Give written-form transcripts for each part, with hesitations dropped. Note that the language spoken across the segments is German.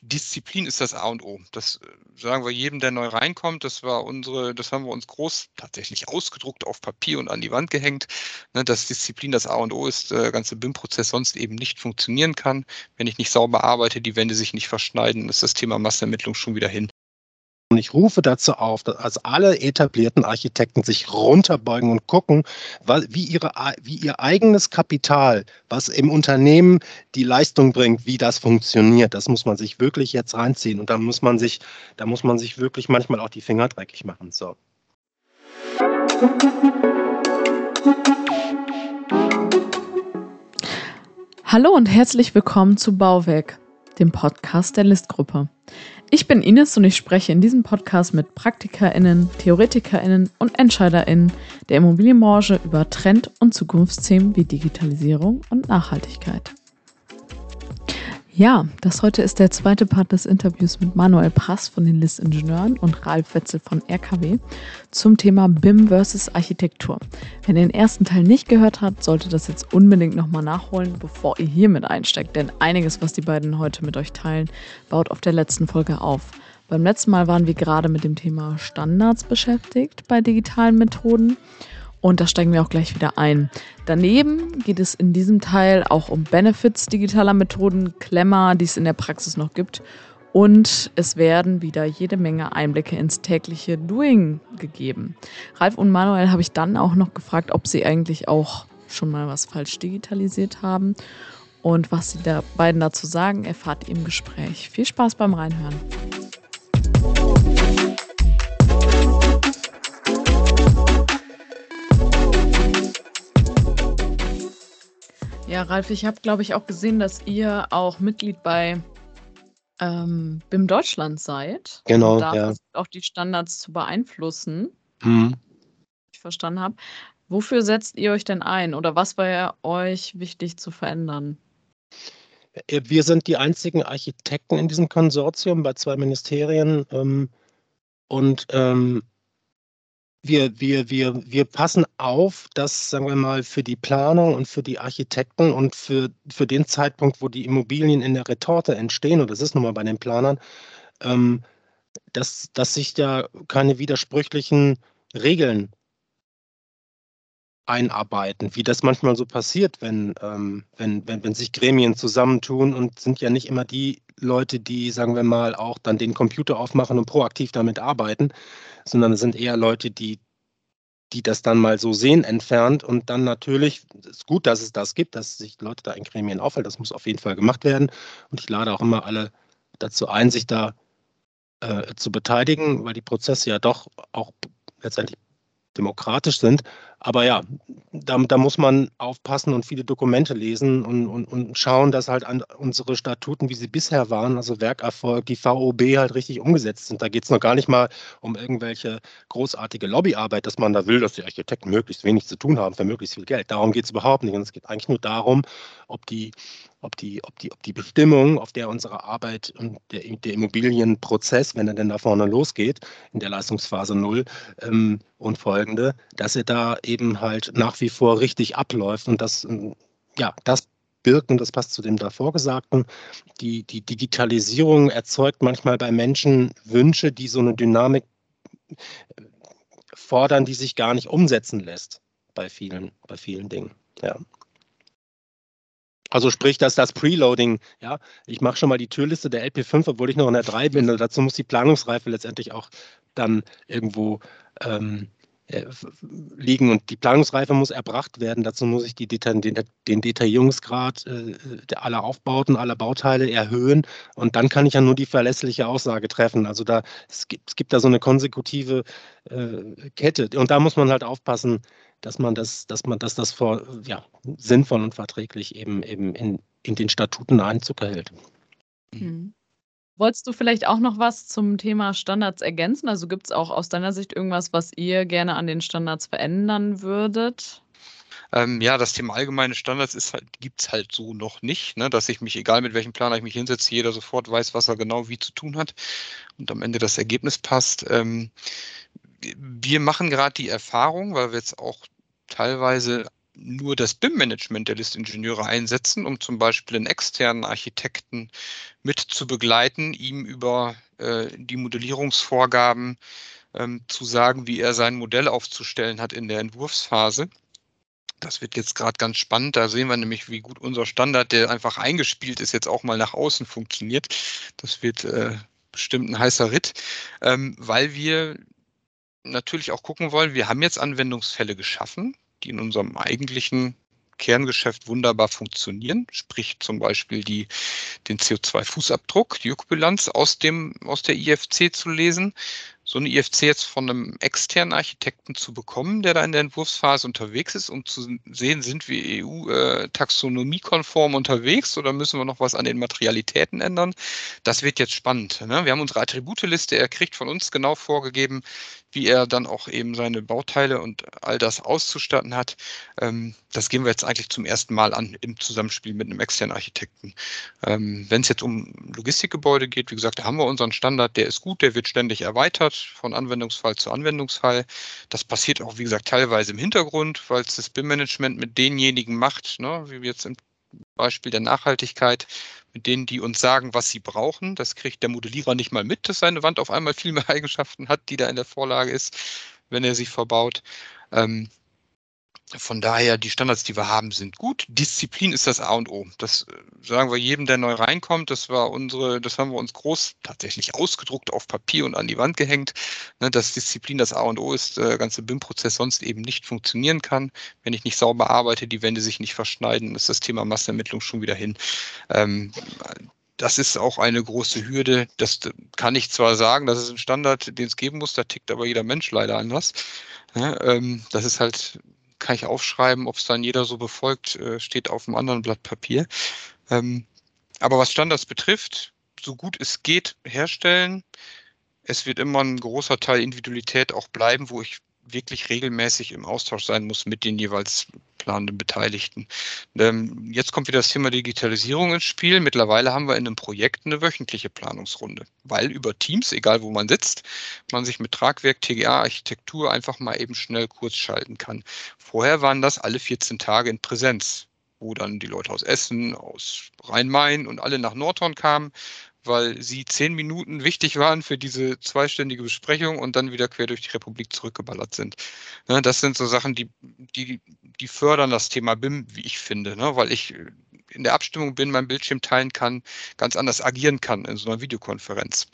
Disziplin ist das A und O. Das sagen wir jedem, der neu reinkommt. Das haben wir uns groß tatsächlich ausgedruckt auf Papier und an die Wand gehängt, ne, dass Disziplin das A und O ist, der ganze BIM-Prozess sonst eben nicht funktionieren kann. Wenn ich nicht sauber arbeite, die Wände sich nicht verschneiden, ist das Thema Massenermittlung schon wieder hin. Und ich rufe dazu auf, dass alle etablierten Architekten sich runterbeugen und gucken, wie ihr eigenes Kapital, was im Unternehmen die Leistung bringt, wie das funktioniert. Das muss man sich wirklich jetzt reinziehen. Und da muss man sich wirklich manchmal auch die Finger dreckig machen. So. Hallo und herzlich willkommen zu Bauwerk, dem Podcast der List-Gruppe. Ich bin Ines und ich spreche in diesem Podcast mit PraktikerInnen, TheoretikerInnen und EntscheiderInnen der Immobilienbranche über Trend- und Zukunftsthemen wie Digitalisierung und Nachhaltigkeit. Ja, das heute ist der zweite Part des Interviews mit Manuel Prass von den List-Ingenieuren und Ralf Wetzel von RKW zum Thema BIM versus Architektur. Wenn ihr den ersten Teil nicht gehört habt, solltet ihr das jetzt unbedingt nochmal nachholen, bevor ihr hier mit einsteigt. Denn einiges, was die beiden heute mit euch teilen, baut auf der letzten Folge auf. Beim letzten Mal waren wir gerade mit dem Thema Standards beschäftigt bei digitalen Methoden. Und da steigen wir auch gleich wieder ein. Daneben geht es in diesem Teil auch um Benefits digitaler Methoden, Klemmer, die es in der Praxis noch gibt. Und es werden wieder jede Menge Einblicke ins tägliche Doing gegeben. Ralf und Manuel habe ich dann auch noch gefragt, ob sie eigentlich auch schon mal was falsch digitalisiert haben. Und was sie da beiden dazu sagen, erfahrt ihr im Gespräch. Viel Spaß beim Reinhören. Ja, Ralf, ich habe, glaube ich, auch gesehen, dass ihr auch Mitglied bei BIM Deutschland seid. Genau, und da ja. auch die Standards zu beeinflussen, Mhm. ich verstanden habe. Wofür setzt ihr euch denn ein oder was war euch wichtig zu verändern? Wir sind die einzigen Architekten in diesem Konsortium bei 2 Ministerien. Wir passen auf, dass, sagen wir mal, für die Planung und für die Architekten und für den Zeitpunkt, wo die Immobilien in der Retorte entstehen, und das ist nun mal bei den Planern, dass sich da keine widersprüchlichen Regeln einarbeiten, wie das manchmal so passiert, wenn sich Gremien zusammentun, und sind ja nicht immer die Leute, die, sagen wir mal, auch dann den Computer aufmachen und proaktiv damit arbeiten, sondern es sind eher Leute, die das dann mal so sehen, entfernt, und dann natürlich ist gut, dass es das gibt, dass sich Leute da in Gremien aufhalten. Das muss auf jeden Fall gemacht werden. Und ich lade auch immer alle dazu ein, sich da zu beteiligen, weil die Prozesse ja doch auch letztendlich demokratisch sind. Aber ja, da muss man aufpassen und viele Dokumente lesen und schauen, dass halt an unsere Statuten, wie sie bisher waren, also Werkerfolg, die VOB halt richtig umgesetzt sind. Da geht es noch gar nicht mal um irgendwelche großartige Lobbyarbeit, dass man da will, dass die Architekten möglichst wenig zu tun haben für möglichst viel Geld. Darum geht es überhaupt nicht. Und es geht eigentlich nur darum, ob die Bestimmung, auf der unsere Arbeit und der Immobilienprozess, wenn er denn da vorne losgeht, in der Leistungsphase 0 und folgende, dass er da eben halt nach wie vor richtig abläuft, und das birgt, und das passt zu dem davor Gesagten, die Digitalisierung erzeugt manchmal bei Menschen Wünsche, die so eine Dynamik fordern, die sich gar nicht umsetzen lässt bei vielen Dingen. Ja. Also sprich, dass das Preloading, ja, ich mache schon mal die Türliste der LP5, obwohl ich noch in der 3 bin. Und dazu muss die Planungsreife letztendlich auch dann irgendwo liegen. Und die Planungsreife muss erbracht werden. Dazu muss ich den Detaillierungsgrad aller Aufbauten, aller Bauteile erhöhen. Und dann kann ich ja nur die verlässliche Aussage treffen. Also es gibt da so eine konsekutive Kette. Und da muss man halt aufpassen, dass das sinnvoll und verträglich eben in den Statuten Einzug erhält. Wolltest du vielleicht auch noch was zum Thema Standards ergänzen? Also gibt es auch aus deiner Sicht irgendwas, was ihr gerne an den Standards verändern würdet? Ja, das Thema allgemeine Standards gibt es halt so noch nicht, ne, dass ich mich, egal mit welchem Planer ich mich hinsetze, jeder sofort weiß, was er genau wie zu tun hat und am Ende das Ergebnis passt. Wir machen gerade die Erfahrung, weil wir jetzt auch teilweise nur das BIM-Management der Listingenieure einsetzen, um zum Beispiel einen externen Architekten mit zu begleiten, ihm über die Modellierungsvorgaben zu sagen, wie er sein Modell aufzustellen hat in der Entwurfsphase. Das wird jetzt gerade ganz spannend. Da sehen wir nämlich, wie gut unser Standard, der einfach eingespielt ist, jetzt auch mal nach außen funktioniert. Das wird bestimmt ein heißer Ritt, weil wir natürlich auch gucken wollen, wir haben jetzt Anwendungsfälle geschaffen, die in unserem eigentlichen Kerngeschäft wunderbar funktionieren, sprich zum Beispiel den CO2-Fußabdruck, die Ökobilanz aus der IFC zu lesen. So eine IFC jetzt von einem externen Architekten zu bekommen, der da in der Entwurfsphase unterwegs ist, um zu sehen, sind wir EU-taxonomiekonform unterwegs oder müssen wir noch was an den Materialitäten ändern? Das wird jetzt spannend. Ne? Wir haben unsere Attributeliste, er kriegt von uns genau vorgegeben, wie er dann auch eben seine Bauteile und all das auszustatten hat. Das gehen wir jetzt eigentlich zum ersten Mal an im Zusammenspiel mit einem externen Architekten. Wenn es jetzt um Logistikgebäude geht, wie gesagt, da haben wir unseren Standard, der ist gut, der wird ständig erweitert von Anwendungsfall zu Anwendungsfall. Das passiert auch, wie gesagt, teilweise im Hintergrund, weil es das BIM-Management mit denjenigen macht, ne, wie wir jetzt im Beispiel der Nachhaltigkeit, mit denen, die uns sagen, was sie brauchen. Das kriegt der Modellierer nicht mal mit, dass seine Wand auf einmal viel mehr Eigenschaften hat, die da in der Vorlage ist, wenn er sie verbaut. Von daher, die Standards, die wir haben, sind gut. Disziplin ist das A und O. Das sagen wir jedem, der neu reinkommt. Das haben wir uns groß tatsächlich ausgedruckt auf Papier und an die Wand gehängt, ne, dass Disziplin das A und O ist, der ganze BIM-Prozess sonst eben nicht funktionieren kann. Wenn ich nicht sauber arbeite, die Wände sich nicht verschneiden, ist das Thema Massenermittlung schon wieder hin. Das ist auch eine große Hürde. Das kann ich zwar sagen, das ist ein Standard, den es geben muss, da tickt aber jeder Mensch leider anders. Ja, das ist halt, kann ich aufschreiben, ob es dann jeder so befolgt, steht auf einem anderen Blatt Papier. Aber was Standards betrifft, so gut es geht, herstellen. Es wird immer ein großer Teil Individualität auch bleiben, wo ich wirklich regelmäßig im Austausch sein muss mit den jeweils planenden Beteiligten. Jetzt kommt wieder das Thema Digitalisierung ins Spiel. Mittlerweile haben wir in einem Projekt eine wöchentliche Planungsrunde, weil über Teams, egal wo man sitzt, man sich mit Tragwerk, TGA, Architektur einfach mal eben schnell kurz schalten kann. Vorher waren das alle 14 Tage in Präsenz, wo dann die Leute aus Essen, aus Rhein-Main und alle nach Nordhorn kamen, weil sie 10 Minuten wichtig waren für diese zweistündige Besprechung und dann wieder quer durch die Republik zurückgeballert sind. Ne, das sind so Sachen, die fördern das Thema BIM, wie ich finde, ne, weil ich in der Abstimmung bin, mein Bildschirm teilen kann, ganz anders agieren kann in so einer Videokonferenz.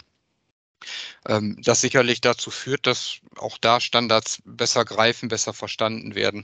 Das sicherlich dazu führt, dass auch da Standards besser greifen, besser verstanden werden.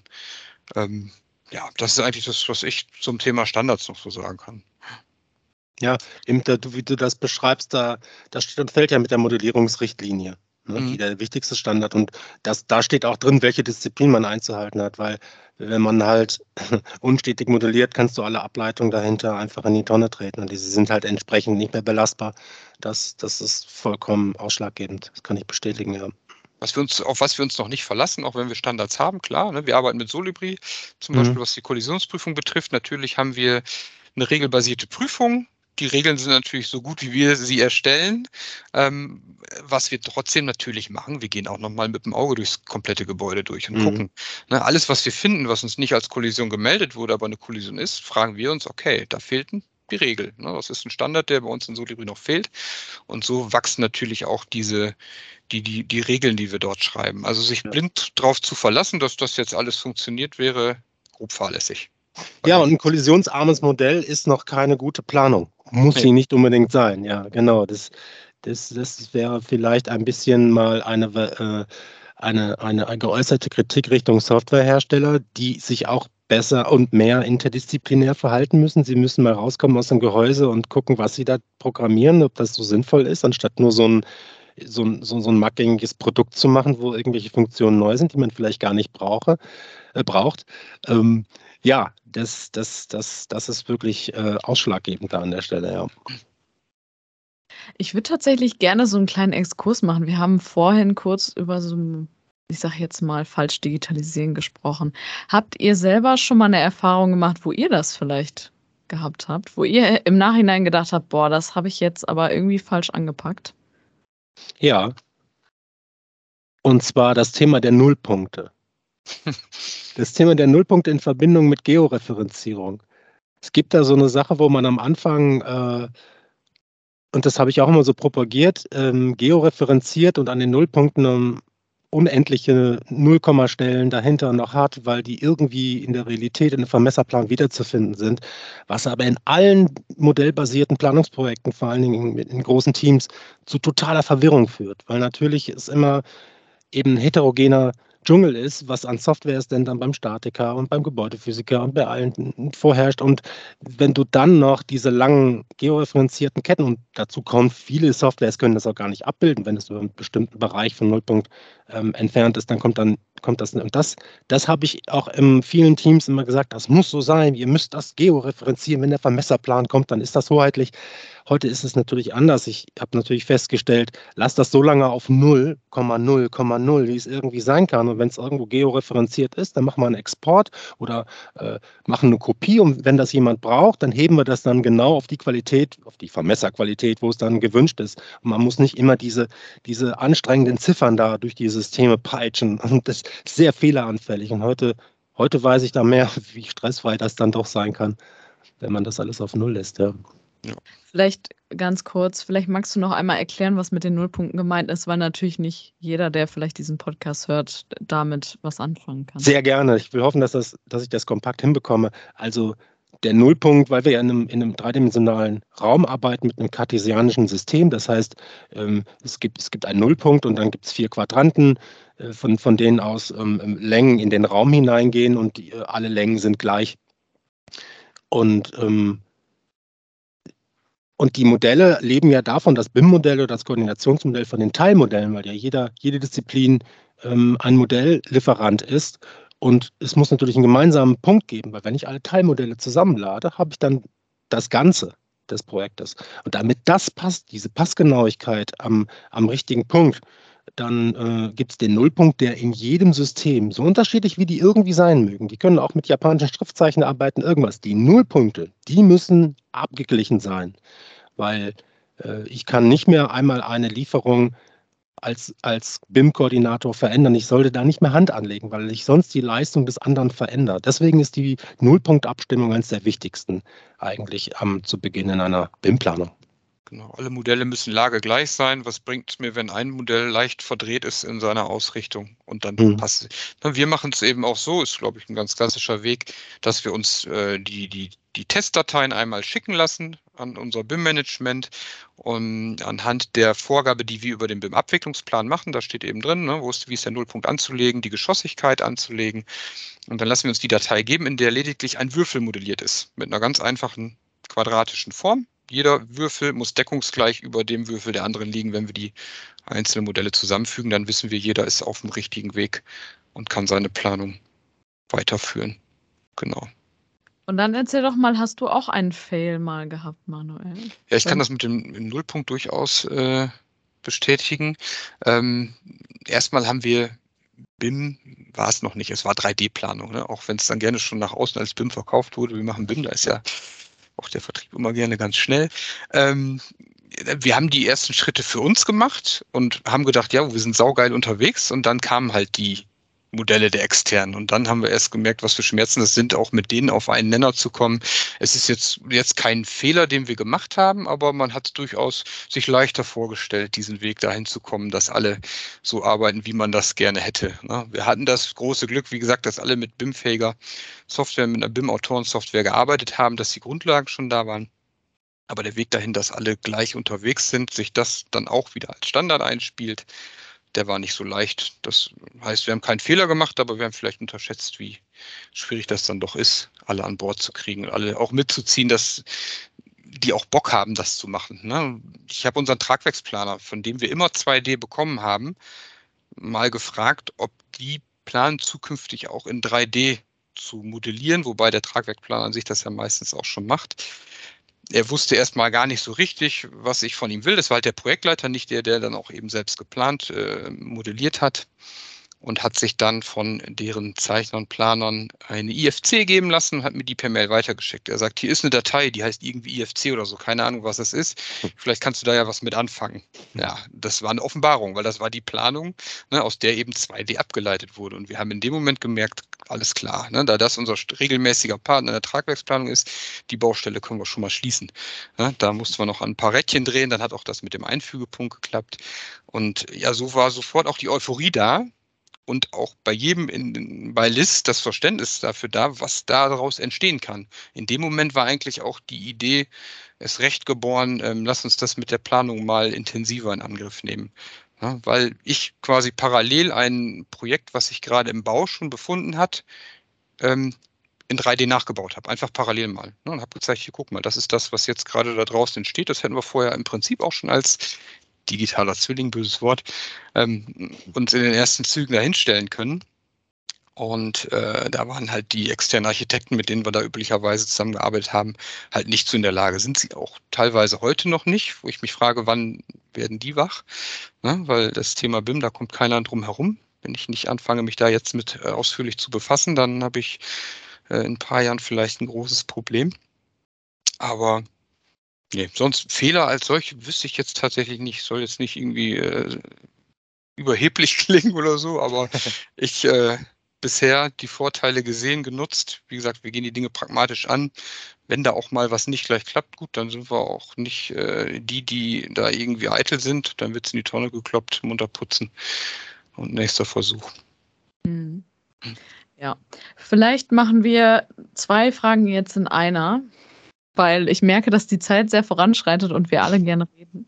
Ja, das ist eigentlich das, was ich zum Thema Standards noch so sagen kann. Ja, wie du das beschreibst, da steht und fällt ja mit der Modellierungsrichtlinie, ne, die der wichtigste Standard. Und da steht auch drin, welche Disziplin man einzuhalten hat, weil wenn man halt unstetig modelliert, kannst du alle Ableitungen dahinter einfach in die Tonne treten. Und diese sind halt entsprechend nicht mehr belastbar. Das ist vollkommen ausschlaggebend. Das kann ich bestätigen, ja. Auf was wir uns noch nicht verlassen, auch wenn wir Standards haben, klar. Ne, wir arbeiten mit Solibri, zum Beispiel was die Kollisionsprüfung betrifft. Natürlich haben wir eine regelbasierte Prüfung. Die Regeln sind natürlich so gut, wie wir sie erstellen. Was wir trotzdem natürlich machen, wir gehen auch nochmal mit dem Auge durchs komplette Gebäude durch und gucken. Ne, alles, was wir finden, was uns nicht als Kollision gemeldet wurde, aber eine Kollision ist, fragen wir uns, okay, da fehlt die Regel. Ne, das ist ein Standard, der bei uns in Solibri noch fehlt. Und so wachsen natürlich auch die Regeln, die wir dort schreiben. Also sich blind darauf zu verlassen, dass das jetzt alles funktioniert, wäre grob fahrlässig. Ja, und ein kollisionsarmes Modell ist noch keine gute Planung. Muss sie nicht unbedingt sein. Ja, genau. Das wäre vielleicht ein bisschen mal eine geäußerte Kritik Richtung Softwarehersteller, die sich auch besser und mehr interdisziplinär verhalten müssen. Sie müssen mal rauskommen aus dem Gehäuse und gucken, was sie da programmieren, ob das so sinnvoll ist, anstatt nur so ein mackgängiges Produkt zu machen, wo irgendwelche Funktionen neu sind, die man vielleicht gar nicht braucht. Ja, das ist wirklich ausschlaggebend da an der Stelle, ja. Ich würde tatsächlich gerne so einen kleinen Exkurs machen. Wir haben vorhin kurz über so, ich sage jetzt mal, falsch digitalisieren gesprochen. Habt ihr selber schon mal eine Erfahrung gemacht, wo ihr das vielleicht gehabt habt, wo ihr im Nachhinein gedacht habt, boah, das habe ich jetzt aber irgendwie falsch angepackt? Ja. Und zwar das Thema der Nullpunkte. Das Thema der Nullpunkte in Verbindung mit Georeferenzierung. Es gibt da so eine Sache, wo man am Anfang, und das habe ich auch immer so propagiert, georeferenziert und an den Nullpunkten unendliche Nullkommastellen dahinter noch hat, weil die irgendwie in der Realität in einem Vermesserplan wiederzufinden sind, was aber in allen modellbasierten Planungsprojekten, vor allen Dingen in großen Teams, zu totaler Verwirrung führt, weil natürlich es immer eben ein heterogener Dschungel ist, was an Software ist denn dann beim Statiker und beim Gebäudephysiker und bei allen vorherrscht. Und wenn du dann noch diese langen georeferenzierten Ketten, und dazu kommt, viele Softwares können das auch gar nicht abbilden, wenn es über einen bestimmten Bereich von Nullpunkt entfernt ist, dann kommt das. Und das habe ich auch in vielen Teams immer gesagt, das muss so sein, ihr müsst das georeferenzieren, wenn der Vermesserplan kommt, dann ist das hoheitlich. Heute ist es natürlich anders. Ich habe natürlich festgestellt, lass das so lange auf 0,0,0, wie es irgendwie sein kann. Und wenn es irgendwo georeferenziert ist, dann machen wir einen Export oder machen eine Kopie. Und wenn das jemand braucht, dann heben wir das dann genau auf die Qualität, auf die Vermesserqualität, wo es dann gewünscht ist. Und man muss nicht immer diese anstrengenden Ziffern da durch die Systeme peitschen. Und das ist sehr fehleranfällig. Und heute weiß ich da mehr, wie stressfrei das dann doch sein kann, wenn man das alles auf 0 lässt. Ja. Vielleicht ganz kurz, vielleicht magst du noch einmal erklären, was mit den Nullpunkten gemeint ist, weil natürlich nicht jeder, der vielleicht diesen Podcast hört, damit was anfangen kann. Sehr gerne. Ich will hoffen, dass ich das kompakt hinbekomme. Also der Nullpunkt, weil wir ja in einem dreidimensionalen Raum arbeiten mit einem kartesianischen System. Das heißt, es gibt einen Nullpunkt und dann gibt es 4 Quadranten, von denen aus Längen in den Raum hineingehen und alle Längen sind gleich. Und die Modelle leben ja davon, das BIM-Modell oder das Koordinationsmodell von den Teilmodellen, weil ja jede Disziplin ein Modelllieferant ist. Und es muss natürlich einen gemeinsamen Punkt geben, weil wenn ich alle Teilmodelle zusammenlade, habe ich dann das Ganze des Projektes. Und damit das passt, diese Passgenauigkeit am richtigen Punkt, dann gibt es den Nullpunkt, der in jedem System, so unterschiedlich wie die irgendwie sein mögen, die können auch mit japanischen Schriftzeichen arbeiten, irgendwas, die Nullpunkte, die müssen abgeglichen sein, weil ich kann nicht mehr einmal eine Lieferung als BIM-Koordinator verändern. Ich sollte da nicht mehr Hand anlegen, weil ich sonst die Leistung des anderen verändere. Deswegen ist die Nullpunktabstimmung eines der wichtigsten eigentlich zu Beginn in einer BIM-Planung. Genau, alle Modelle müssen lagegleich sein. Was bringt es mir, wenn ein Modell leicht verdreht ist in seiner Ausrichtung und dann passt es? Wir machen es eben auch so, ist glaube ich ein ganz klassischer Weg, dass wir uns die Testdateien einmal schicken lassen an unser BIM-Management und anhand der Vorgabe, die wir über den BIM-Abwicklungsplan machen, da steht eben drin, ne, wie ist der Nullpunkt anzulegen, die Geschossigkeit anzulegen und dann lassen wir uns die Datei geben, in der lediglich ein Würfel modelliert ist, mit einer ganz einfachen quadratischen Form. Jeder Würfel muss deckungsgleich über dem Würfel der anderen liegen. Wenn wir die einzelnen Modelle zusammenfügen, dann wissen wir, jeder ist auf dem richtigen Weg und kann seine Planung weiterführen. Genau. Und dann erzähl doch mal, hast du auch einen Fail mal gehabt, Manuel? Ja, ich kann das mit dem Nullpunkt durchaus bestätigen. Erstmal haben wir BIM, war es noch nicht, es war 3D-Planung, ne? Auch wenn es dann gerne schon nach außen als BIM verkauft wurde. Wir machen BIM, da ist ja auch der Vertrieb immer gerne ganz schnell. Wir haben die ersten Schritte für uns gemacht und haben gedacht, ja, wir sind saugeil unterwegs und dann kamen halt die Modelle der Externen und dann haben wir erst gemerkt, was für Schmerzen das sind, auch mit denen auf einen Nenner zu kommen. Es ist jetzt kein Fehler, den wir gemacht haben, aber man hat es durchaus sich leichter vorgestellt, diesen Weg dahin zu kommen, dass alle so arbeiten, wie man das gerne hätte. Wir hatten das große Glück, wie gesagt, dass alle mit BIM-fähiger Software, mit einer BIM-Autorensoftware gearbeitet haben, dass die Grundlagen schon da waren. Aber der Weg dahin, dass alle gleich unterwegs sind, sich das dann auch wieder als Standard einspielt, der war nicht so leicht. Das heißt, wir haben keinen Fehler gemacht, aber wir haben vielleicht unterschätzt, wie schwierig das dann doch ist, alle an Bord zu kriegen und alle auch mitzuziehen, dass die auch Bock haben, das zu machen. Ne? Ich habe unseren Tragwerksplaner, von dem wir immer 2D bekommen haben, mal gefragt, ob die planen, zukünftig auch in 3D zu modellieren, wobei der Tragwerkplaner an sich das ja meistens auch schon macht. Er wusste erstmal gar nicht so richtig, was ich von ihm will. Das war halt der Projektleiter, nicht der dann auch eben selbst geplant, modelliert hat. und hat sich dann von deren Zeichnern und Planern eine IFC geben lassen und hat mir die per Mail weitergeschickt. Er sagt, hier ist eine Datei, die heißt irgendwie IFC oder so, keine Ahnung, was das ist. Vielleicht kannst du da ja was mit anfangen. Ja, das war eine Offenbarung, weil das war die Planung, ne, aus der eben 2D abgeleitet wurde. Und wir haben in dem Moment gemerkt, alles klar, ne, da das unser regelmäßiger Partner in der Tragwerksplanung ist, die Baustelle können wir schon mal schließen. Ne, da mussten wir noch ein paar Rädchen drehen, dann hat auch das mit dem Einfügepunkt geklappt. Und ja, so war sofort auch die Euphorie da. Und auch bei jedem bei LIS das Verständnis dafür da, was daraus entstehen kann. In dem Moment war eigentlich auch die Idee, es recht geboren, lass uns das mit der Planung mal intensiver in Angriff nehmen. Ja, weil ich quasi parallel ein Projekt, was sich gerade im Bau schon befunden hat, in 3D nachgebaut habe. Einfach parallel mal. Ne, und habe gezeigt, hier guck mal, das ist das, was jetzt gerade da draußen entsteht. Das hätten wir vorher im Prinzip auch schon als digitaler Zwilling, böses Wort, uns in den ersten Zügen dahinstellen können. Und da waren halt die externen Architekten, mit denen wir da üblicherweise zusammengearbeitet haben, halt nicht so in der Lage. Sind sie auch teilweise heute noch nicht, wo ich mich frage, wann werden die wach? Ne? Weil das Thema BIM, da kommt keiner drum herum. Wenn ich nicht anfange, mich da jetzt mit ausführlich zu befassen, dann habe ich in ein paar Jahren vielleicht ein großes Problem. Aber nee, sonst Fehler als solche wüsste ich jetzt tatsächlich nicht. Soll jetzt nicht irgendwie überheblich klingen oder so, aber ich bisher die Vorteile gesehen, genutzt. Wie gesagt, wir gehen die Dinge pragmatisch an. Wenn da auch mal was nicht gleich klappt, gut, dann sind wir auch nicht die da irgendwie eitel sind. Dann wird es in die Tonne gekloppt, munter putzen und nächster Versuch. Mhm. Ja, vielleicht machen wir 2 Fragen jetzt in einer, weil ich merke, dass die Zeit sehr voranschreitet und wir alle gerne reden.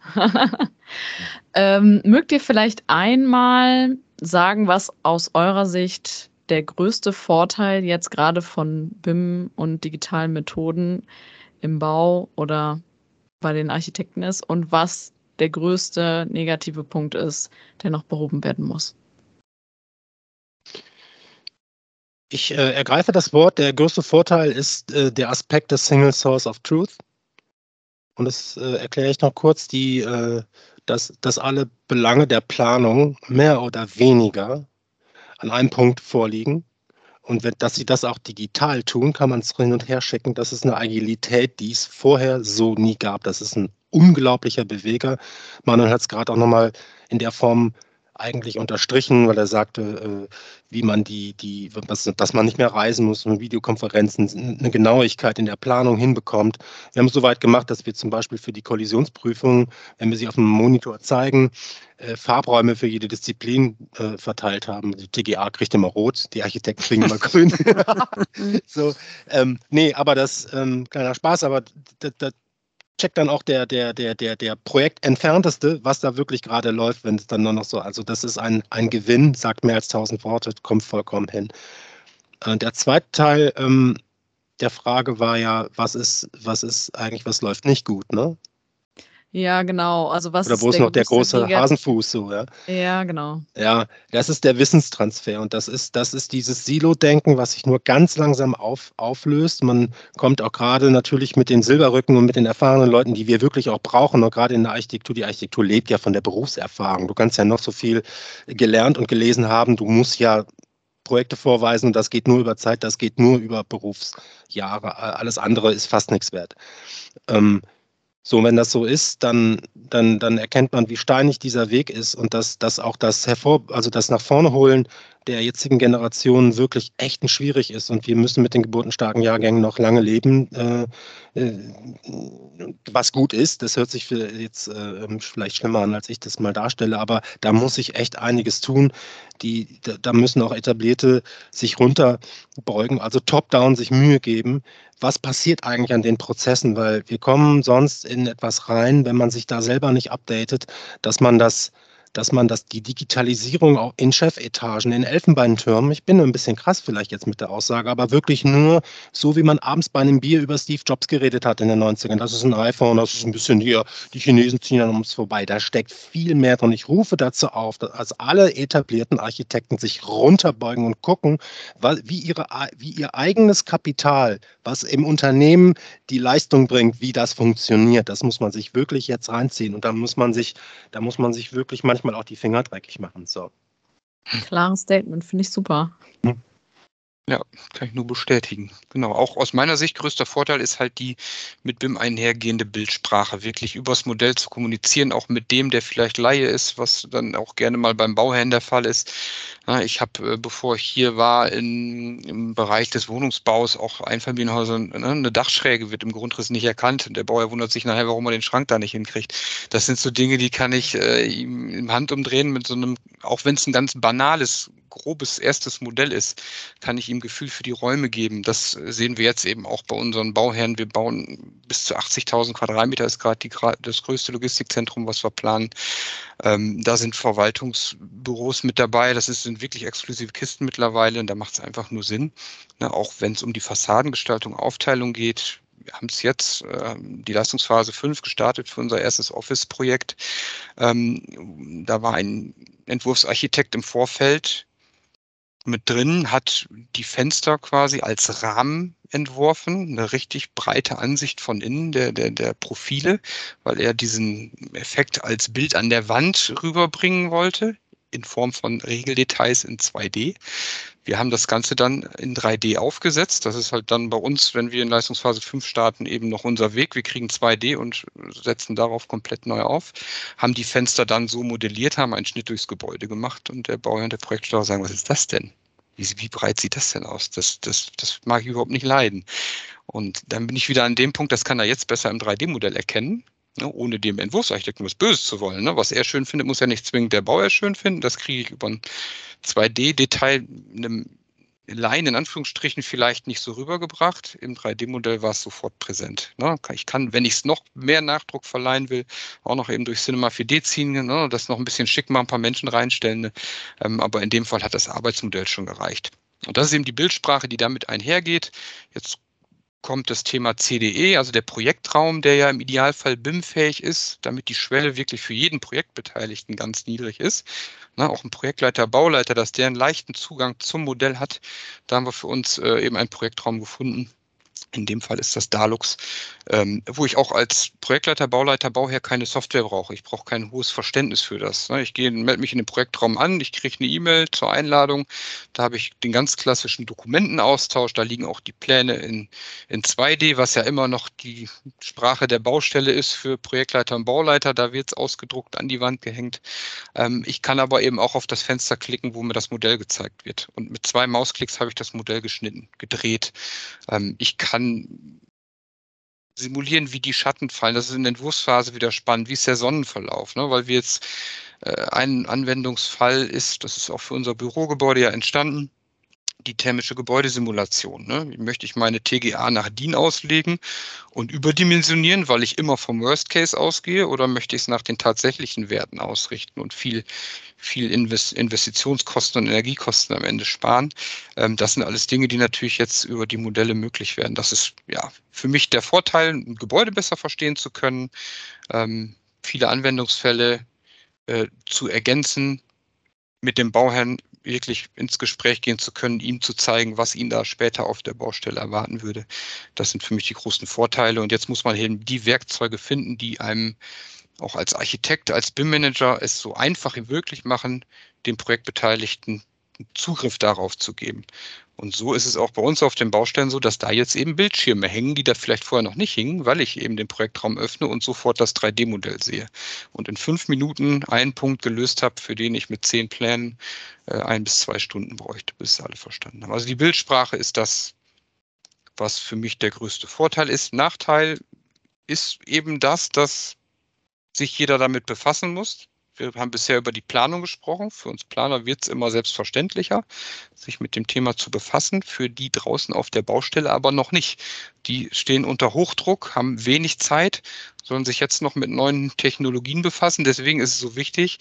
Mögt ihr vielleicht einmal sagen, was aus eurer Sicht der größte Vorteil jetzt gerade von BIM und digitalen Methoden im Bau oder bei den Architekten ist und was der größte negative Punkt ist, der noch behoben werden muss? Ich ergreife das Wort. Der größte Vorteil ist der Aspekt des Single Source of Truth. Und das erkläre ich noch kurz, dass alle Belange der Planung mehr oder weniger an einem Punkt vorliegen. Und dass sie das auch digital tun, kann man es hin und her schicken. Das ist eine Agilität, die es vorher so nie gab. Das ist ein unglaublicher Beweger. Manuel hat es gerade auch nochmal in der Form eigentlich unterstrichen, weil er sagte, wie man dass man nicht mehr reisen muss, mit Videokonferenzen eine Genauigkeit in der Planung hinbekommt. Wir haben es so weit gemacht, dass wir zum Beispiel für die Kollisionsprüfung, wenn wir sie auf dem Monitor zeigen, Farbräume für jede Disziplin verteilt haben. Die TGA kriegt immer rot, die Architekten kriegen immer grün. So, nee, aber das kleiner Spaß, aber das checkt dann auch der Projektentfernteste, was da wirklich gerade läuft, wenn es dann nur noch so, also das ist ein Gewinn, sagt mehr als 1000 Worte, kommt vollkommen hin. Der zweite Teil der Frage war ja, was läuft nicht gut, ne? Ja, genau. Also was Oder wo ist noch der große Hasenfuß so, ja? Ja, genau. Ja, das ist der Wissenstransfer und das ist dieses Silo-Denken, was sich nur ganz langsam auflöst. Man kommt auch gerade natürlich mit den Silberrücken und mit den erfahrenen Leuten, die wir wirklich auch brauchen, und gerade in der Architektur. Die Architektur lebt ja von der Berufserfahrung. Du kannst ja noch so viel gelernt und gelesen haben. Du musst ja Projekte vorweisen und das geht nur über Zeit, das geht nur über Berufsjahre. Alles andere ist fast nichts wert. So, wenn das so ist, dann erkennt man, wie steinig dieser Weg ist und dass auch das nach vorne holen der jetzigen Generation wirklich echt schwierig ist. Und wir müssen mit den geburtenstarken Jahrgängen noch lange leben, was gut ist. Das hört sich jetzt vielleicht schlimmer an, als ich das mal darstelle, aber da muss sich echt einiges tun. Da müssen auch Etablierte sich runterbeugen, also top-down sich Mühe geben. Was passiert eigentlich an den Prozessen? Weil wir kommen sonst in etwas rein, wenn man sich da selber nicht updatet, dass man die Digitalisierung auch in Chefetagen, in Elfenbeintürmen, ich bin ein bisschen krass vielleicht jetzt mit der Aussage, aber wirklich nur so, wie man abends bei einem Bier über Steve Jobs geredet hat in den 90ern. Das ist ein iPhone, das ist ein bisschen hier, die Chinesen ziehen an uns vorbei. Da steckt viel mehr drin. Ich rufe dazu auf, dass alle etablierten Architekten sich runterbeugen und gucken, wie ihr eigenes Kapital, was im Unternehmen die Leistung bringt, wie das funktioniert. Das muss man sich wirklich jetzt reinziehen und da muss man sich wirklich manchmal auch die Finger dreckig machen. So. Klares Statement, finde ich super. Ja, kann ich nur bestätigen. Genau. Auch aus meiner Sicht größter Vorteil ist halt die mit BIM einhergehende Bildsprache, wirklich übers Modell zu kommunizieren, auch mit dem, der vielleicht Laie ist, was dann auch gerne mal beim Bauherrn der Fall ist. Ja, ich habe, bevor ich hier war, im Bereich des Wohnungsbaus auch Einfamilienhäuser, eine Dachschräge wird im Grundriss nicht erkannt. Der Bauherr wundert sich nachher, warum er den Schrank da nicht hinkriegt. Das sind so Dinge, die kann ich ihm im Handumdrehen mit so einem, auch wenn es ein ganz banales, grobes erstes Modell ist, kann ich ihm Gefühl für die Räume geben. Das sehen wir jetzt eben auch bei unseren Bauherren. Wir bauen bis zu 80.000 Quadratmeter, ist gerade das größte Logistikzentrum, was wir planen. Da sind Verwaltungsbüros mit dabei. Das sind wirklich exklusive Kisten mittlerweile. Und da macht es einfach nur Sinn, ne, auch wenn es um die Fassadengestaltung, Aufteilung geht. Wir haben es jetzt, die Leistungsphase 5 gestartet für unser erstes Office-Projekt. Da war ein Entwurfsarchitekt im Vorfeld mit drin, hat die Fenster quasi als Rahmen entworfen, eine richtig breite Ansicht von innen der Profile, weil er diesen Effekt als Bild an der Wand rüberbringen wollte, in Form von Regeldetails in 2D. Wir haben das Ganze dann in 3D aufgesetzt. Das ist halt dann bei uns, wenn wir in Leistungsphase 5 starten, eben noch unser Weg. Wir kriegen 2D und setzen darauf komplett neu auf, haben die Fenster dann so modelliert, haben einen Schnitt durchs Gebäude gemacht und der Bauherr und der Projektsteuer sagen, was ist das denn? Wie breit sieht das denn aus? Das mag ich überhaupt nicht leiden. Und dann bin ich wieder an dem Punkt, das kann er jetzt besser im 3D-Modell erkennen, ne, ohne dem Entwurfsarchitekten was Böses zu wollen. Ne? Was er schön findet, muss ja nicht zwingend der Bauherr schön finden. Das kriege ich über ein 2D-Detail, einem Laien in Anführungsstrichen vielleicht nicht so rübergebracht. Im 3D-Modell war es sofort präsent. Ne? Ich kann, wenn ich es noch mehr Nachdruck verleihen will, auch noch eben durch Cinema 4D ziehen, ne? Das noch ein bisschen schick machen, ein paar Menschen reinstellen. Ne? Aber in dem Fall hat das Arbeitsmodell schon gereicht. Und das ist eben die Bildsprache, die damit einhergeht. Jetzt kommt das Thema CDE, also der Projektraum, der ja im Idealfall BIM-fähig ist, damit die Schwelle wirklich für jeden Projektbeteiligten ganz niedrig ist. Na, auch ein Projektleiter, Bauleiter, dass der einen leichten Zugang zum Modell hat. Da haben wir für uns eben einen Projektraum gefunden. In dem Fall ist das Dalux, wo ich auch als Projektleiter, Bauleiter, Bauherr keine Software brauche. Ich brauche kein hohes Verständnis für das. Ich melde mich in den Projektraum an, ich kriege eine E-Mail zur Einladung. Da habe ich den ganz klassischen Dokumentenaustausch. Da liegen auch die Pläne in 2D, was ja immer noch die Sprache der Baustelle ist für Projektleiter und Bauleiter. Da wird es ausgedruckt, an die Wand gehängt. Ich kann aber eben auch auf das Fenster klicken, wo mir das Modell gezeigt wird. Und mit 2 Mausklicks habe ich das Modell geschnitten, gedreht. Ich kann simulieren, wie die Schatten fallen. Das ist in der Entwurfsphase wieder spannend. Wie ist der Sonnenverlauf? Ne? Weil wir jetzt ein Anwendungsfall ist, das ist auch für unser Bürogebäude ja entstanden, die thermische Gebäudesimulation. Ne? Wie möchte ich meine TGA nach DIN auslegen und überdimensionieren, weil ich immer vom Worst Case ausgehe, oder möchte ich es nach den tatsächlichen Werten ausrichten und viel Investitionskosten und Energiekosten am Ende sparen? Das sind alles Dinge, die natürlich jetzt über die Modelle möglich werden. Das ist ja für mich der Vorteil, ein Gebäude besser verstehen zu können, viele Anwendungsfälle zu ergänzen, mit dem Bauherrn wirklich ins Gespräch gehen zu können, ihm zu zeigen, was ihn da später auf der Baustelle erwarten würde. Das sind für mich die großen Vorteile. Und jetzt muss man eben die Werkzeuge finden, die einem auch als Architekt, als BIM-Manager es so einfach wie möglich machen, den Projektbeteiligten Zugriff darauf zu geben. Und so ist es auch bei uns auf den Baustellen so, dass da jetzt eben Bildschirme hängen, die da vielleicht vorher noch nicht hingen, weil ich eben den Projektraum öffne und sofort das 3D-Modell sehe. Und in 5 Minuten einen Punkt gelöst habe, für den ich mit 10 Plänen 1 bis 2 Stunden bräuchte, bis es alle verstanden haben. Also die Bildsprache ist das, was für mich der größte Vorteil ist. Nachteil ist eben das, dass sich jeder damit befassen muss. Wir haben bisher über die Planung gesprochen. Für uns Planer wird es immer selbstverständlicher, sich mit dem Thema zu befassen. Für die draußen auf der Baustelle aber noch nicht. Die stehen unter Hochdruck, haben wenig Zeit, sollen sich jetzt noch mit neuen Technologien befassen. Deswegen ist es so wichtig,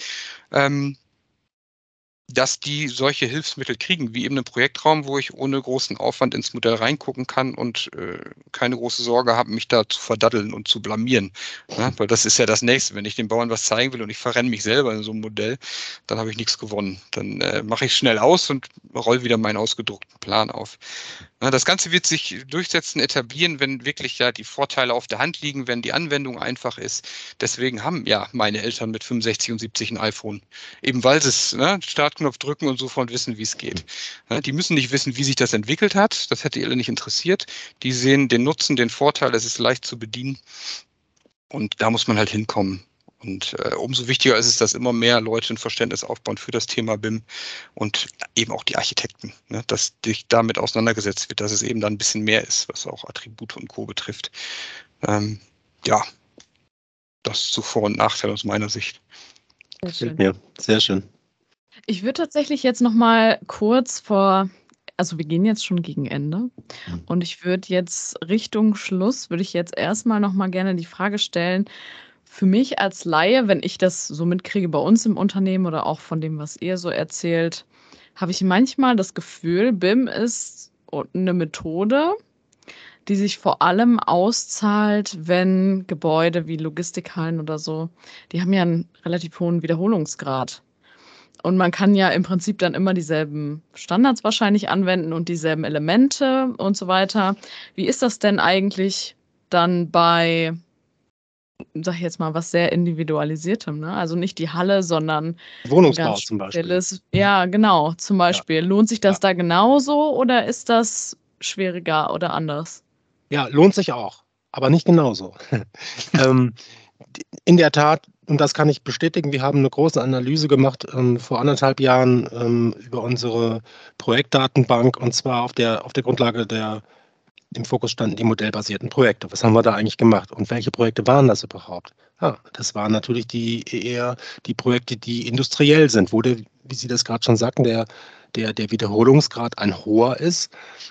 dass die solche Hilfsmittel kriegen, wie eben einen Projektraum, wo ich ohne großen Aufwand ins Modell reingucken kann und keine große Sorge habe, mich da zu verdaddeln und zu blamieren. Ja, weil das ist ja das Nächste. Wenn ich den Bauern was zeigen will und ich verrenne mich selber in so einem Modell, dann habe ich nichts gewonnen. Dann mache ich schnell aus und roll wieder meinen ausgedruckten Plan auf. Ja, das Ganze wird sich durchsetzen, etablieren, wenn wirklich ja die Vorteile auf der Hand liegen, wenn die Anwendung einfach ist. Deswegen haben ja meine Eltern mit 65 und 70 ein iPhone. Eben weil sie es, ne, Startknopf drücken und sofort wissen, wie es geht. Ja, die müssen nicht wissen, wie sich das entwickelt hat. Das hätte alle nicht interessiert. Die sehen den Nutzen, den Vorteil, es ist leicht zu bedienen. Und da muss man halt hinkommen. Und umso wichtiger ist es, dass immer mehr Leute ein Verständnis aufbauen für das Thema BIM und eben auch die Architekten, ne, dass sich damit auseinandergesetzt wird, dass es eben dann ein bisschen mehr ist, was auch Attribute und Co. betrifft. Ja, das zu Vor- und Nachteil aus meiner Sicht. Gefällt mir. Sehr schön. Ich würde tatsächlich jetzt noch mal kurz also wir gehen jetzt schon gegen Ende und ich würde jetzt Richtung Schluss, würde ich jetzt erstmal noch mal gerne die Frage stellen, für mich als Laie, wenn ich das so mitkriege bei uns im Unternehmen oder auch von dem, was ihr so erzählt, habe ich manchmal das Gefühl, BIM ist eine Methode, die sich vor allem auszahlt, wenn Gebäude wie Logistikhallen oder so, die haben ja einen relativ hohen Wiederholungsgrad. Und man kann ja im Prinzip dann immer dieselben Standards wahrscheinlich anwenden und dieselben Elemente und so weiter. Wie ist das denn eigentlich dann bei, sag ich jetzt mal, was sehr Individualisiertem, ne? Also nicht die Halle, sondern ein Wohnungsbau ganz zum Beispiel. spezielles, ja, genau, zum Beispiel. Lohnt sich das da genauso oder ist das schwieriger oder anders? Ja, lohnt sich auch, aber nicht genauso. In der Tat, und das kann ich bestätigen, wir haben eine große Analyse gemacht vor 1,5 Jahren über unsere Projektdatenbank, und zwar auf der Grundlage im Fokus standen die modellbasierten Projekte. Was haben wir da eigentlich gemacht und welche Projekte waren das überhaupt? Ja, das waren natürlich eher die Projekte, die industriell sind, wo wie Sie das gerade schon sagten, der Wiederholungsgrad ein hoher ist.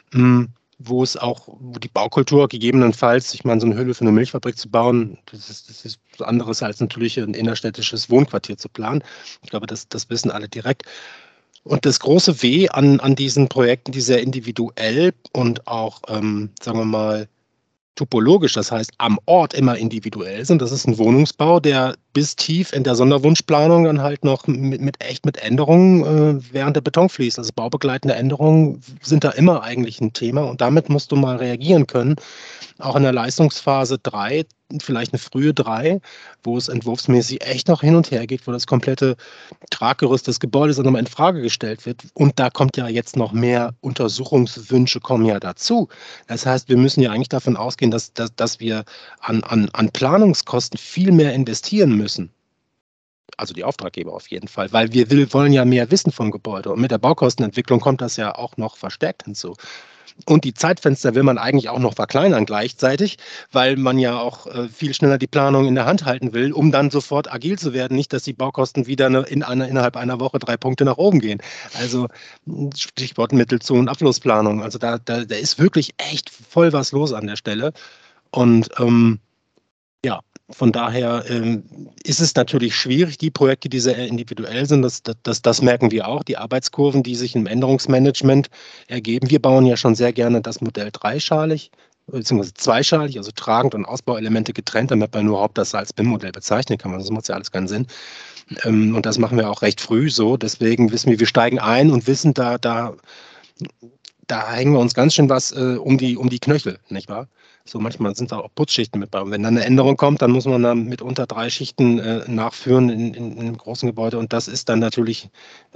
Wo die Baukultur gegebenenfalls, ich meine, so eine Hülle für eine Milchfabrik zu bauen, das ist was anderes als natürlich ein innerstädtisches Wohnquartier zu planen. Ich glaube, das wissen alle direkt. Und das große W an diesen Projekten, die sehr individuell und auch, sagen wir mal, topologisch, das heißt am Ort immer individuell sind. Das ist ein Wohnungsbau, der bis tief in der Sonderwunschplanung dann halt noch mit Änderungen während der Beton fließt. Also baubegleitende Änderungen sind da immer eigentlich ein Thema und damit musst du mal reagieren können. Auch in der Leistungsphase 3, vielleicht eine frühe 3, wo es entwurfsmäßig echt noch hin und her geht, wo das komplette Traggerüst des Gebäudes dann nochmal in Frage gestellt wird. Und da kommt ja jetzt noch mehr Untersuchungswünsche kommen ja dazu. Das heißt, wir müssen ja eigentlich davon ausgehen, dass wir an Planungskosten viel mehr investieren müssen. Also die Auftraggeber auf jeden Fall, weil wir wollen ja mehr wissen vom Gebäude. Und mit der Baukostenentwicklung kommt das ja auch noch verstärkt hinzu. Und die Zeitfenster will man eigentlich auch noch verkleinern gleichzeitig, weil man ja auch viel schneller die Planung in der Hand halten will, um dann sofort agil zu werden. Nicht, dass die Baukosten wieder innerhalb einer Woche 3 Punkte nach oben gehen. Also Stichwort Mittelzonen- und Abflussplanung. Also da ist wirklich echt voll was los an der Stelle. Und ja, von daher ist es natürlich schwierig, die Projekte, die sehr individuell sind, das merken wir auch, die Arbeitskurven, die sich im Änderungsmanagement ergeben. Wir bauen ja schon sehr gerne das Modell dreischalig, beziehungsweise zweischalig, also tragend und Ausbauelemente getrennt, damit man nur überhaupt das als BIM-Modell bezeichnen kann. Das macht ja alles keinen Sinn. Und das machen wir auch recht früh so. Deswegen wissen wir steigen ein und wissen, da hängen wir uns ganz schön was um die Knöchel, nicht wahr? So manchmal sind da auch Putzschichten mit bei. Und wenn dann eine Änderung kommt, dann muss man dann mitunter 3 Schichten nachführen in einem großen Gebäude. Und das ist dann natürlich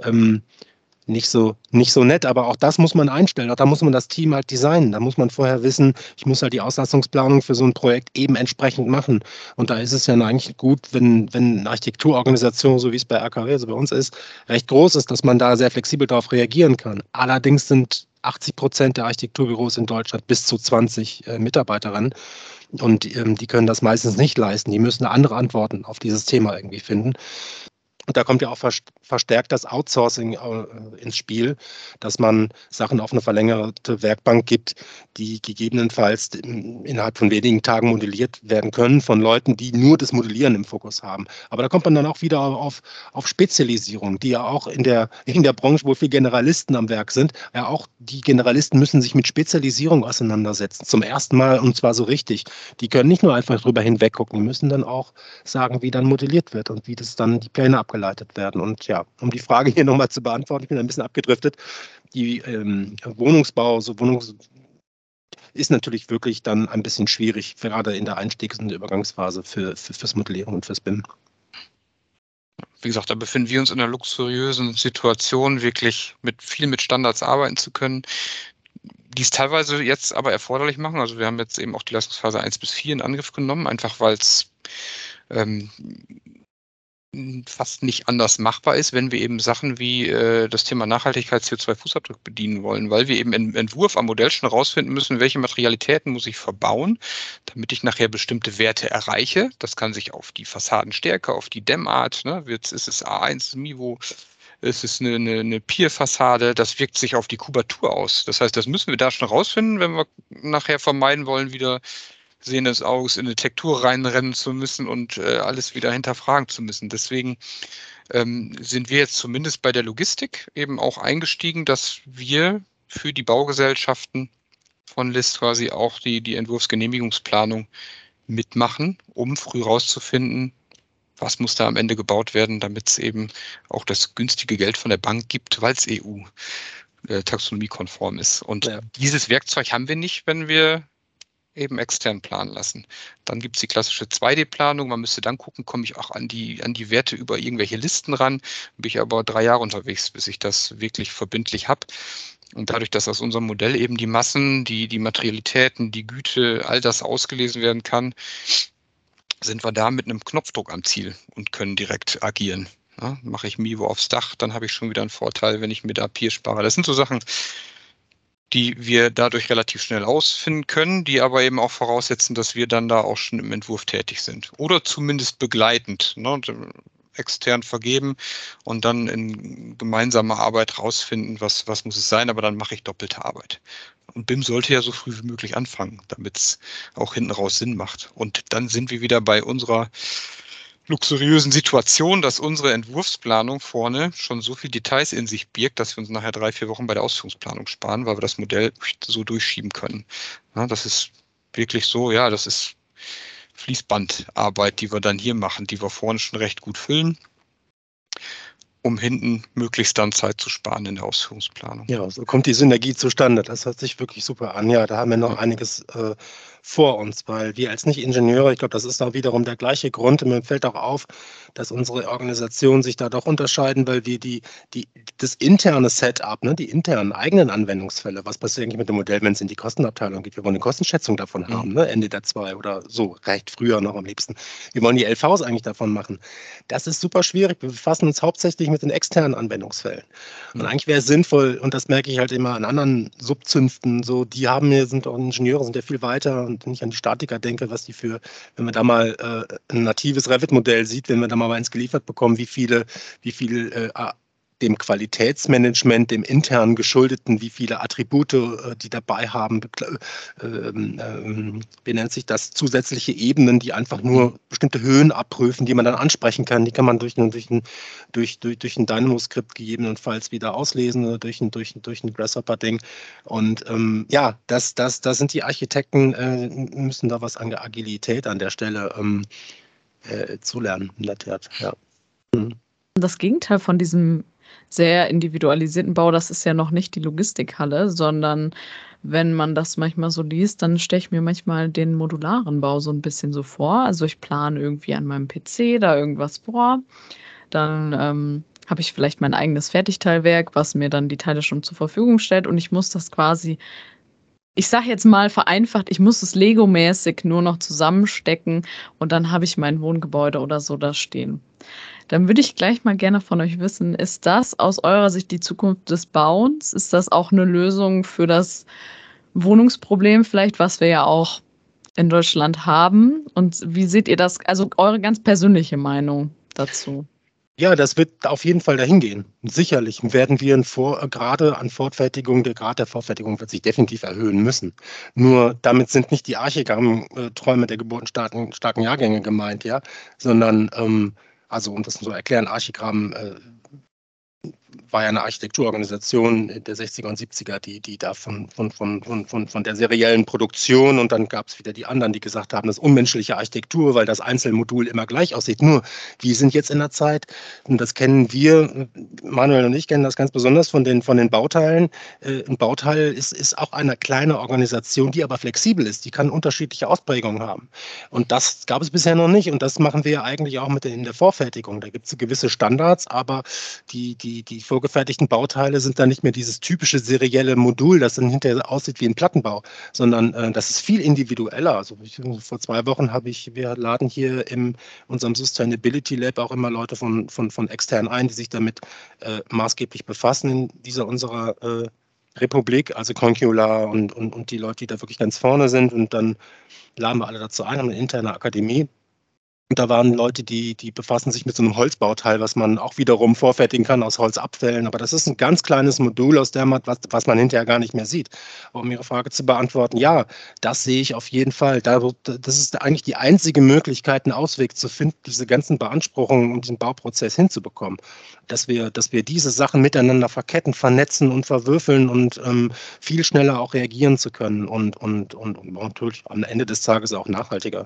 nicht so nett, aber auch das muss man einstellen. Auch da muss man das Team halt designen. Da muss man vorher wissen, ich muss halt die Auslastungsplanung für so ein Projekt eben entsprechend machen. Und da ist es ja eigentlich gut, wenn eine Architekturorganisation, so wie es bei RKW, also bei uns ist, recht groß ist, dass man da sehr flexibel darauf reagieren kann. Allerdings sind 80% der Architekturbüros in Deutschland bis zu 20 Mitarbeiterinnen. Und die können das meistens nicht leisten. Die müssen andere Antworten auf dieses Thema irgendwie finden. Und da kommt ja auch verstärkt das Outsourcing ins Spiel, dass man Sachen auf eine verlängerte Werkbank gibt, die gegebenenfalls innerhalb von wenigen Tagen modelliert werden können von Leuten, die nur das Modellieren im Fokus haben. Aber da kommt man dann auch wieder auf Spezialisierung, die ja auch in der Branche, wo viele Generalisten am Werk sind, ja auch die Generalisten müssen sich mit Spezialisierung auseinandersetzen. Zum ersten Mal und zwar so richtig. Die können nicht nur einfach drüber hinweg gucken, die müssen dann auch sagen, wie dann modelliert wird und wie das dann die Pläne abgeleitet werden. Und ja, um die Frage hier nochmal zu beantworten, ich bin ein bisschen abgedriftet, die Wohnungsbau, so ist natürlich wirklich dann ein bisschen schwierig, gerade in der Einstiegs- und der Übergangsphase fürs Modellieren und fürs BIM. Wie gesagt, da befinden wir uns in einer luxuriösen Situation, wirklich viel mit Standards arbeiten zu können, die es teilweise jetzt aber erforderlich machen. Also wir haben jetzt eben auch die Leistungsphase 1 bis 4 in Angriff genommen, einfach weil es fast nicht anders machbar ist, wenn wir eben Sachen wie das Thema Nachhaltigkeit, CO2-Fußabdruck bedienen wollen, weil wir eben im Entwurf am Modell schon herausfinden müssen, welche Materialitäten muss ich verbauen, damit ich nachher bestimmte Werte erreiche. Das kann sich auf die Fassadenstärke, auf die Dämmart, ne? Jetzt ist es A1 Mivo, es ist eine Pier-Fassade, das wirkt sich auf die Kubatur aus. Das heißt, das müssen wir da schon rausfinden, wenn wir nachher vermeiden wollen, wieder sehendes Auges in eine Tektur reinrennen zu müssen und alles wieder hinterfragen zu müssen. Deswegen sind wir jetzt zumindest bei der Logistik eben auch eingestiegen, dass wir für die Baugesellschaften von LIS quasi auch die Entwurfsgenehmigungsplanung mitmachen, um früh rauszufinden, was muss da am Ende gebaut werden, damit es eben auch das günstige Geld von der Bank gibt, weil es EU-taxonomiekonform ist. Und dieses Werkzeug haben wir nicht, wenn wir eben extern planen lassen. Dann gibt es die klassische 2D-Planung. Man müsste dann gucken, komme ich auch an die Werte über irgendwelche Listen ran. Bin ich aber 3 Jahre unterwegs, bis ich das wirklich verbindlich habe. Und dadurch, dass aus unserem Modell eben die Massen, die Materialitäten, die Güte, all das ausgelesen werden kann, sind wir da mit einem Knopfdruck am Ziel und können direkt agieren. Ja, mache ich Mivo aufs Dach, dann habe ich schon wieder einen Vorteil, wenn ich mir da Pier spare. Das sind so Sachen, die wir dadurch relativ schnell ausfinden können, die aber eben auch voraussetzen, dass wir dann da auch schon im Entwurf tätig sind. Oder zumindest begleitend, ne, extern vergeben und dann in gemeinsamer Arbeit rausfinden, was muss es sein, aber dann mache ich doppelte Arbeit. Und BIM sollte ja so früh wie möglich anfangen, damit es auch hinten raus Sinn macht. Und dann sind wir wieder bei unserer luxuriösen Situation, dass unsere Entwurfsplanung vorne schon so viele Details in sich birgt, dass wir uns nachher 3, 4 Wochen bei der Ausführungsplanung sparen, weil wir das Modell so durchschieben können. Ja, das ist wirklich so, ja, das ist Fließbandarbeit, die wir dann hier machen, die wir vorne schon recht gut füllen, um hinten möglichst dann Zeit zu sparen in der Ausführungsplanung. Ja, so kommt die Synergie zustande. Das hört sich wirklich super an. Ja, da haben wir noch einiges vor uns, weil wir als Nicht-Ingenieure, ich glaube, das ist auch wiederum der gleiche Grund, und mir fällt auch auf, dass unsere Organisationen sich da doch unterscheiden, weil wir das interne Setup, ne, die internen eigenen Anwendungsfälle, was passiert eigentlich mit dem Modell, wenn es in die Kostenabteilung geht? Wir wollen eine Kostenschätzung davon haben, ne, Ende der 2 oder so, recht früher noch am liebsten. Wir wollen die LVs eigentlich davon machen. Das ist super schwierig. Wir befassen uns hauptsächlich mit den externen Anwendungsfällen. Und eigentlich wäre es sinnvoll, und das merke ich halt immer an anderen Subzünften, so, sind auch Ingenieure, sind ja viel weiter, und wenn ich an die Statiker denke, was die wenn man da mal ein natives Revit-Modell sieht, wenn wir da mal eins geliefert bekommen, wie viel dem Qualitätsmanagement, dem internen Geschuldeten, wie viele Attribute die dabei haben, wie nennt sich das, zusätzliche Ebenen, die einfach nur bestimmte Höhen abprüfen, die man dann ansprechen kann, die kann man durch ein Dynamo-Skript gegebenenfalls wieder auslesen oder durch ein Grasshopper-Ding. Und das sind die Architekten, müssen da was an der Agilität an der Stelle zu lernen, in der Tat. Ja. Das Gegenteil von diesem sehr individualisierten Bau, das ist ja noch nicht die Logistikhalle, sondern wenn man das manchmal so liest, dann stelle ich mir manchmal den modularen Bau so ein bisschen so vor. Also ich plane irgendwie an meinem PC da irgendwas vor, dann habe ich vielleicht mein eigenes Fertigteilwerk, was mir dann die Teile schon zur Verfügung stellt, und ich muss das quasi, ich sage jetzt mal vereinfacht, ich muss es Lego-mäßig nur noch zusammenstecken und dann habe ich mein Wohngebäude oder so da stehen. Dann würde ich gleich mal gerne von euch wissen, ist das aus eurer Sicht die Zukunft des Bauens? Ist das auch eine Lösung für das Wohnungsproblem vielleicht, was wir ja auch in Deutschland haben? Und wie seht ihr das, also eure ganz persönliche Meinung dazu? Ja, das wird auf jeden Fall dahin gehen. Sicherlich werden wir gerade an Fortfertigung, der Grad der Fortfertigung wird sich definitiv erhöhen müssen. Nur damit sind nicht die Archigramm-Träume der geburtenstarken Jahrgänge gemeint, ja, sondern, um das so erklären, Archigramm war ja eine Architekturorganisation der 60er und 70er, die da von der seriellen Produktion, und dann gab es wieder die anderen, die gesagt haben, das ist unmenschliche Architektur, weil das Einzelmodul immer gleich aussieht. Nur, wir sind jetzt in der Zeit, und das kennen wir, Manuel und ich kennen das ganz besonders von den Bauteilen. Ein Bauteil ist auch eine kleine Organisation, die aber flexibel ist. Die kann unterschiedliche Ausprägungen haben. Und das gab es bisher noch nicht, und das machen wir eigentlich auch in der Vorfertigung. Da gibt es gewisse Standards, aber die vorgefertigten Bauteile sind dann nicht mehr dieses typische serielle Modul, das dann hinterher aussieht wie ein Plattenbau, sondern das ist viel individueller. Also vor 2 Wochen wir laden hier in unserem Sustainability Lab auch immer Leute von extern ein, die sich damit maßgeblich befassen in dieser unserer Republik, also Concula und die Leute, die da wirklich ganz vorne sind, und dann laden wir alle dazu ein, haben eine interne Akademie. Und da waren Leute, die befassen sich mit so einem Holzbauteil, was man auch wiederum vorfertigen kann aus Holzabfällen. Aber das ist ein ganz kleines Modul aus der was man hinterher gar nicht mehr sieht. Aber um Ihre Frage zu beantworten, ja, das sehe ich auf jeden Fall. Das ist eigentlich die einzige Möglichkeit, einen Ausweg zu finden, diese ganzen Beanspruchungen und diesen Bauprozess hinzubekommen. Dass wir diese Sachen miteinander verketten, vernetzen und verwürfeln und viel schneller auch reagieren zu können und natürlich am Ende des Tages auch nachhaltiger.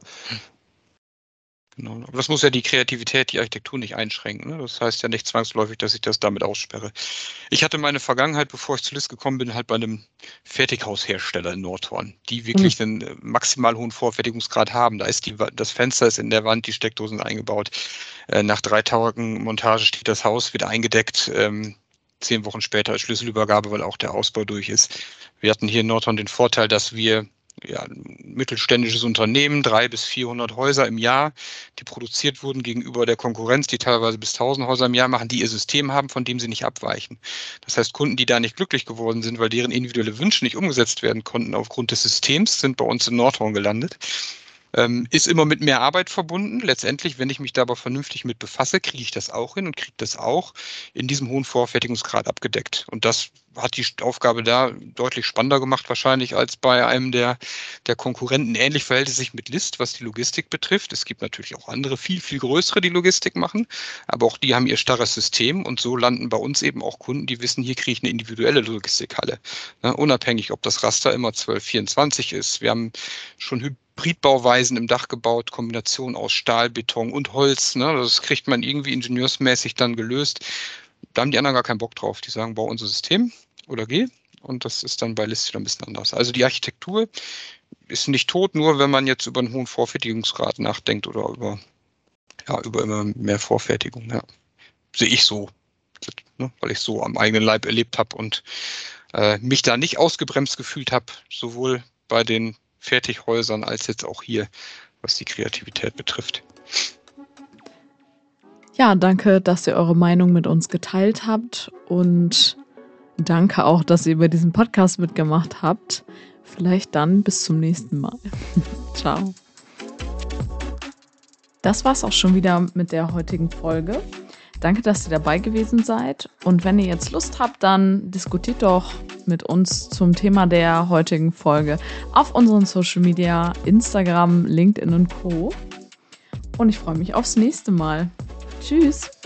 Genau. Aber das muss ja die Kreativität, die Architektur nicht einschränken. Ne? Das heißt ja nicht zwangsläufig, dass ich das damit aussperre. Ich hatte meine Vergangenheit, bevor ich zu LIS gekommen bin, halt bei einem Fertighaushersteller in Nordhorn, die wirklich einen maximal hohen Vorfertigungsgrad haben. Da ist das Fenster ist in der Wand, die Steckdosen eingebaut. Nach 3 Tagen Montage steht das Haus wieder eingedeckt. 10 Wochen später als Schlüsselübergabe, weil auch der Ausbau durch ist. Wir hatten hier in Nordhorn den Vorteil, dass wir ein mittelständisches Unternehmen, 300 bis 400 Häuser im Jahr, die produziert wurden gegenüber der Konkurrenz, die teilweise bis 1000 Häuser im Jahr machen, die ihr System haben, von dem sie nicht abweichen. Das heißt, Kunden, die da nicht glücklich geworden sind, weil deren individuelle Wünsche nicht umgesetzt werden konnten aufgrund des Systems, sind bei uns in Nordhorn gelandet. Ist immer mit mehr Arbeit verbunden. Letztendlich, wenn ich mich da aber vernünftig mit befasse, kriege ich das auch hin und kriege das auch in diesem hohen Vorfertigungsgrad abgedeckt. Und das hat die Aufgabe da deutlich spannender gemacht wahrscheinlich als bei einem der Konkurrenten. Ähnlich verhält es sich mit List, was die Logistik betrifft. Es gibt natürlich auch andere, viel, viel größere, die Logistik machen, aber auch die haben ihr starres System, und so landen bei uns eben auch Kunden, die wissen, hier kriege ich eine individuelle Logistikhalle. Ne, unabhängig, ob das Raster immer 1224 ist. Wir haben schon Hybridbauweisen im Dach gebaut, Kombination aus Stahl, Beton und Holz. Ne? Das kriegt man irgendwie ingenieursmäßig dann gelöst. Da haben die anderen gar keinen Bock drauf. Die sagen, bau unser System oder geh. Und das ist dann bei List wieder ein bisschen anders. Also die Architektur ist nicht tot, nur wenn man jetzt über einen hohen Vorfertigungsgrad nachdenkt oder über immer mehr Vorfertigung. Ja. Sehe ich so, ne? Weil ich so am eigenen Leib erlebt habe und mich da nicht ausgebremst gefühlt habe, sowohl bei den Fertighäusern als jetzt auch hier, was die Kreativität betrifft. Ja, danke, dass ihr eure Meinung mit uns geteilt habt, und danke auch, dass ihr bei diesem Podcast mitgemacht habt. Vielleicht dann bis zum nächsten Mal. Ciao. Das war's auch schon wieder mit der heutigen Folge. Danke, dass ihr dabei gewesen seid. Und wenn ihr jetzt Lust habt, dann diskutiert doch mit uns zum Thema der heutigen Folge auf unseren Social Media, Instagram, LinkedIn und Co. Und ich freue mich aufs nächste Mal. Tschüss!